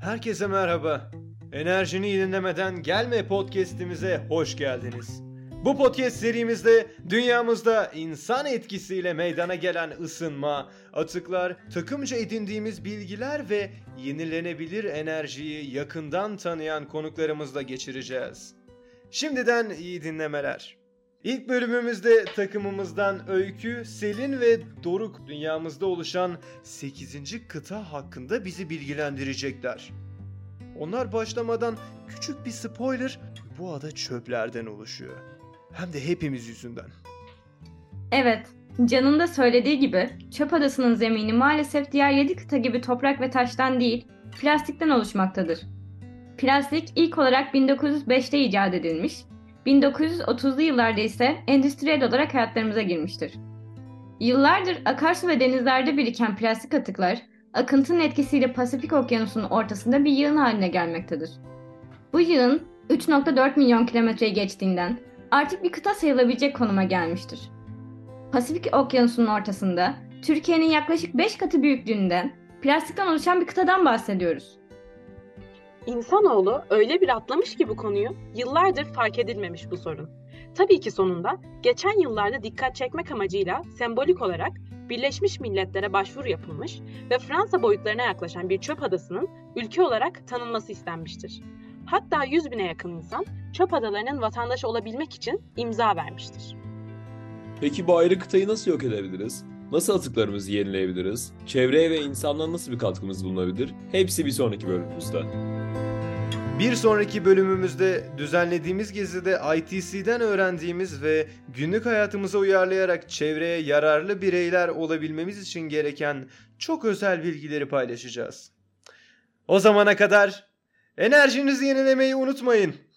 Herkese merhaba. Enerjini yenilemeden gelme podcast'imize hoş geldiniz. Bu podcast serimizde dünyamızda insan etkisiyle meydana gelen ısınma, atıklar, takımca edindiğimiz bilgiler ve yenilenebilir enerjiyi yakından tanıyan konuklarımızla geçireceğiz. Şimdiden iyi dinlemeler. İlk bölümümüzde takımımızdan Öykü, Selin ve Doruk dünyamızda oluşan 8. kıta hakkında bizi bilgilendirecekler. Onlar başlamadan küçük bir spoiler, bu ada çöplerden oluşuyor. Hem de hepimiz yüzünden. Evet, Can'ın da söylediği gibi çöp adasının zemini maalesef diğer 7 kıta gibi toprak ve taştan değil, plastikten oluşmaktadır. Plastik ilk olarak 1905'te icat edilmiş, 1930'lu yıllarda ise endüstriyel olarak hayatlarımıza girmiştir. Yıllardır akarsu ve denizlerde biriken plastik atıklar, akıntının etkisiyle Pasifik Okyanusu'nun ortasında bir yığın haline gelmektedir. Bu yığın 3,4 milyon kilometreyi geçtiğinden artık bir kıta sayılabilecek konuma gelmiştir. Pasifik Okyanusu'nun ortasında Türkiye'nin yaklaşık 5 katı büyüklüğünden plastikten oluşan bir kıtadan bahsediyoruz. İnsanoğlu öyle bir atlamış ki bu konuyu, yıllardır fark edilmemiş bu sorun. Tabii ki sonunda geçen yıllarda dikkat çekmek amacıyla sembolik olarak Birleşmiş Milletler'e başvuru yapılmış ve Fransa boyutlarına yaklaşan bir çöp adasının ülke olarak tanınması istenmiştir. Hatta 100 bine yakın insan çöp adalarının vatandaşı olabilmek için imza vermiştir. Peki bu ayrı kıtayı nasıl yok edebiliriz? Nasıl atıklarımızı yenileyebiliriz? Çevreye ve insanlığa nasıl bir katkımız bulunabilir? Hepsi bir sonraki bölümümüzde. Bir sonraki bölümümüzde düzenlediğimiz gezide ITC'den öğrendiğimiz ve günlük hayatımıza uyarlayarak çevreye yararlı bireyler olabilmemiz için gereken çok özel bilgileri paylaşacağız. O zamana kadar enerjinizi yenilemeyi unutmayın.